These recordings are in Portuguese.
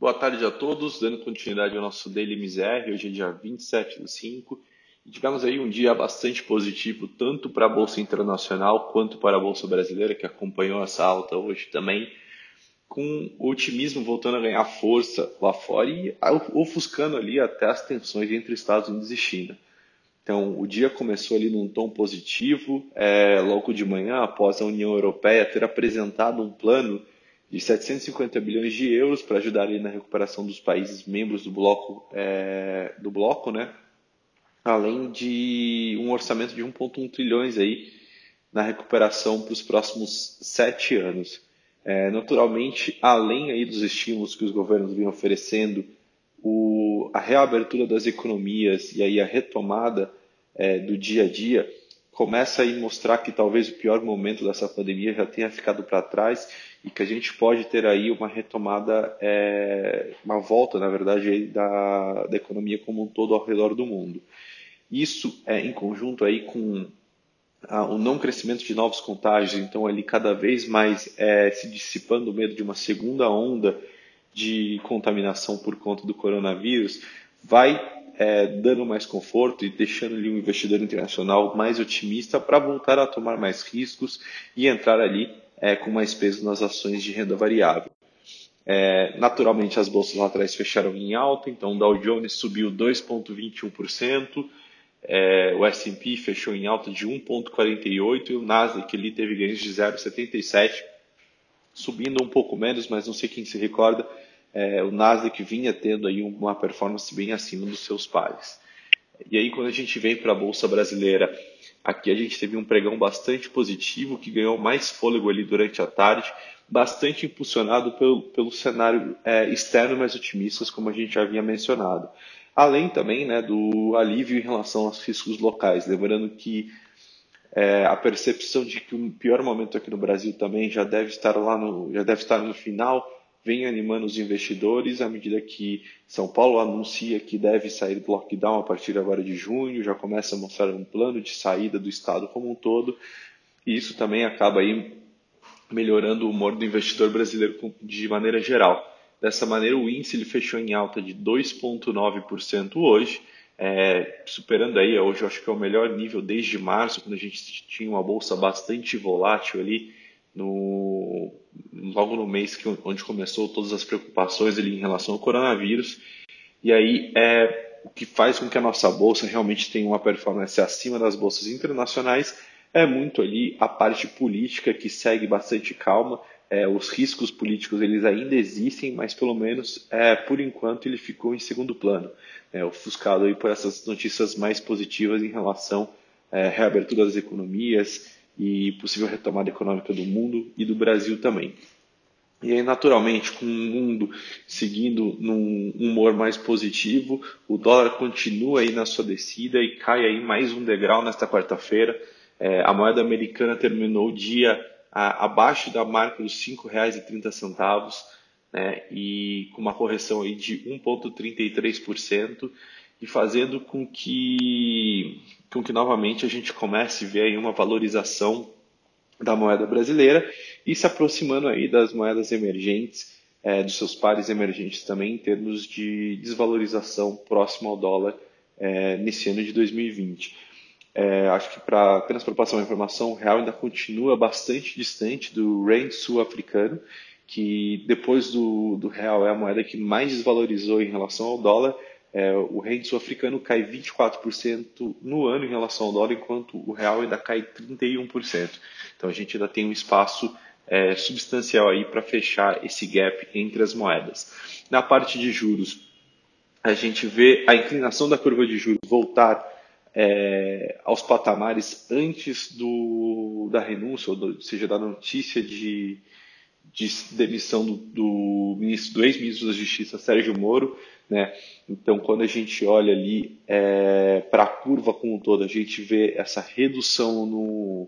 Boa tarde a todos, dando continuidade ao nosso Daily MZR, hoje é dia 27/5, e tivemos aí um dia bastante positivo, tanto para a Bolsa Internacional quanto para a Bolsa Brasileira, que acompanhou essa alta hoje também, com o otimismo voltando a ganhar força lá fora e ofuscando ali até as tensões entre Estados Unidos e China. Então, o dia começou ali num tom positivo, logo de manhã, após a União Europeia ter apresentado um plano de 750 bilhões de euros para ajudar ali na recuperação dos países membros do bloco, né? Além de um orçamento de 1,1 trilhões aí na recuperação para os próximos 7 anos. Naturalmente, além aí dos estímulos que os governos vêm oferecendo, a reabertura das economias e aí a retomada do dia a dia começa a mostrar que talvez o pior momento dessa pandemia já tenha ficado para trás e que a gente pode ter aí uma retomada, uma volta, na verdade, aí da economia como um todo ao redor do mundo. Isso em conjunto aí com o não crescimento de novos contágios, então ali cada vez mais se dissipando o medo de uma segunda onda de contaminação por conta do coronavírus, vai dando mais conforto e deixando ali um investidor internacional mais otimista para voltar a tomar mais riscos e entrar ali com mais peso nas ações de renda variável. Naturalmente, as bolsas lá atrás fecharam em alta, então o Dow Jones subiu 2,21%, o S&P fechou em alta de 1,48% e o Nasdaq ali teve ganhos de 0,77%, subindo um pouco menos, mas não sei quem se recorda, o Nasdaq vinha tendo aí uma performance bem acima dos seus pares. E aí quando a gente vem para a Bolsa Brasileira, aqui a gente teve um pregão bastante positivo, que ganhou mais fôlego ali durante a tarde, bastante impulsionado pelo cenário externo mais otimistas, como a gente já havia mencionado. Além também do alívio em relação aos riscos locais, lembrando que a percepção de que o pior momento aqui no Brasil também já deve estar no final, vem animando os investidores à medida que São Paulo anuncia que deve sair do lockdown a partir agora de junho, já começa a mostrar um plano de saída do estado como um todo, e isso também acaba aí melhorando o humor do investidor brasileiro de maneira geral. Dessa maneira, o índice ele fechou em alta de 2,9% hoje, superando aí, hoje eu acho que é o melhor nível desde março, quando a gente tinha uma bolsa bastante volátil ali, logo no mês onde começou todas as preocupações ali em relação ao coronavírus. E aí o que faz com que a nossa bolsa realmente tenha uma performance acima das bolsas internacionais é muito ali a parte política, que segue bastante calma. Os riscos políticos eles ainda existem, mas pelo menos por enquanto ele ficou em segundo plano, ofuscado aí por essas notícias mais positivas em relação à reabertura das economias e possível retomada econômica do mundo e do Brasil também. E aí, naturalmente, com o mundo seguindo num humor mais positivo, o dólar continua aí na sua descida e cai aí mais um degrau nesta quarta-feira. A moeda americana terminou o dia abaixo da marca dos R$ 5,30, né, e com uma correção aí de 1,33%, e fazendo com que novamente a gente comece a ver aí uma valorização da moeda brasileira e se aproximando aí das moedas emergentes, dos seus pares emergentes também, em termos de desvalorização próximo ao dólar nesse ano de 2020. Acho que apenas para passar uma informação, o real ainda continua bastante distante do rand sul-africano, que depois do real é a moeda que mais desvalorizou em relação ao dólar. O rand sul-africano cai 24% no ano em relação ao dólar, enquanto o real ainda cai 31%. Então a gente ainda tem um espaço substancial aí para fechar esse gap entre as moedas. Na parte de juros, a gente vê a inclinação da curva de juros voltar aos patamares antes da renúncia, ou seja, da notícia de demissão do ex-ministro da Justiça, Sérgio Moro, né? Então, quando a gente olha ali para a curva como um todo, a gente vê essa redução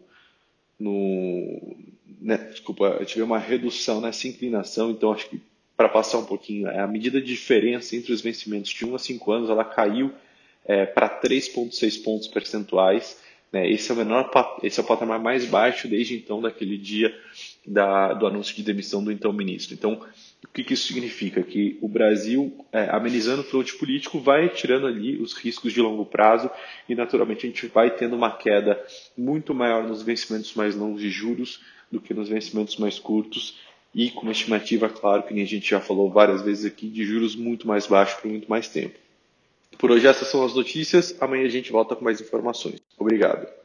a gente vê uma redução nessa inclinação. Então, acho que para passar um pouquinho, a medida de diferença entre os vencimentos de 1 a 5 anos, ela caiu para 3,6 pontos percentuais, né? Esse é o patamar mais baixo desde então, daquele dia do anúncio de demissão do então ministro. Então, o que isso significa? Que o Brasil, amenizando o fronte político, vai tirando ali os riscos de longo prazo e, naturalmente, a gente vai tendo uma queda muito maior nos vencimentos mais longos de juros do que nos vencimentos mais curtos e com uma estimativa, claro, que nem a gente já falou várias vezes aqui, de juros muito mais baixos por muito mais tempo. Por hoje essas são as notícias, amanhã a gente volta com mais informações. Obrigado.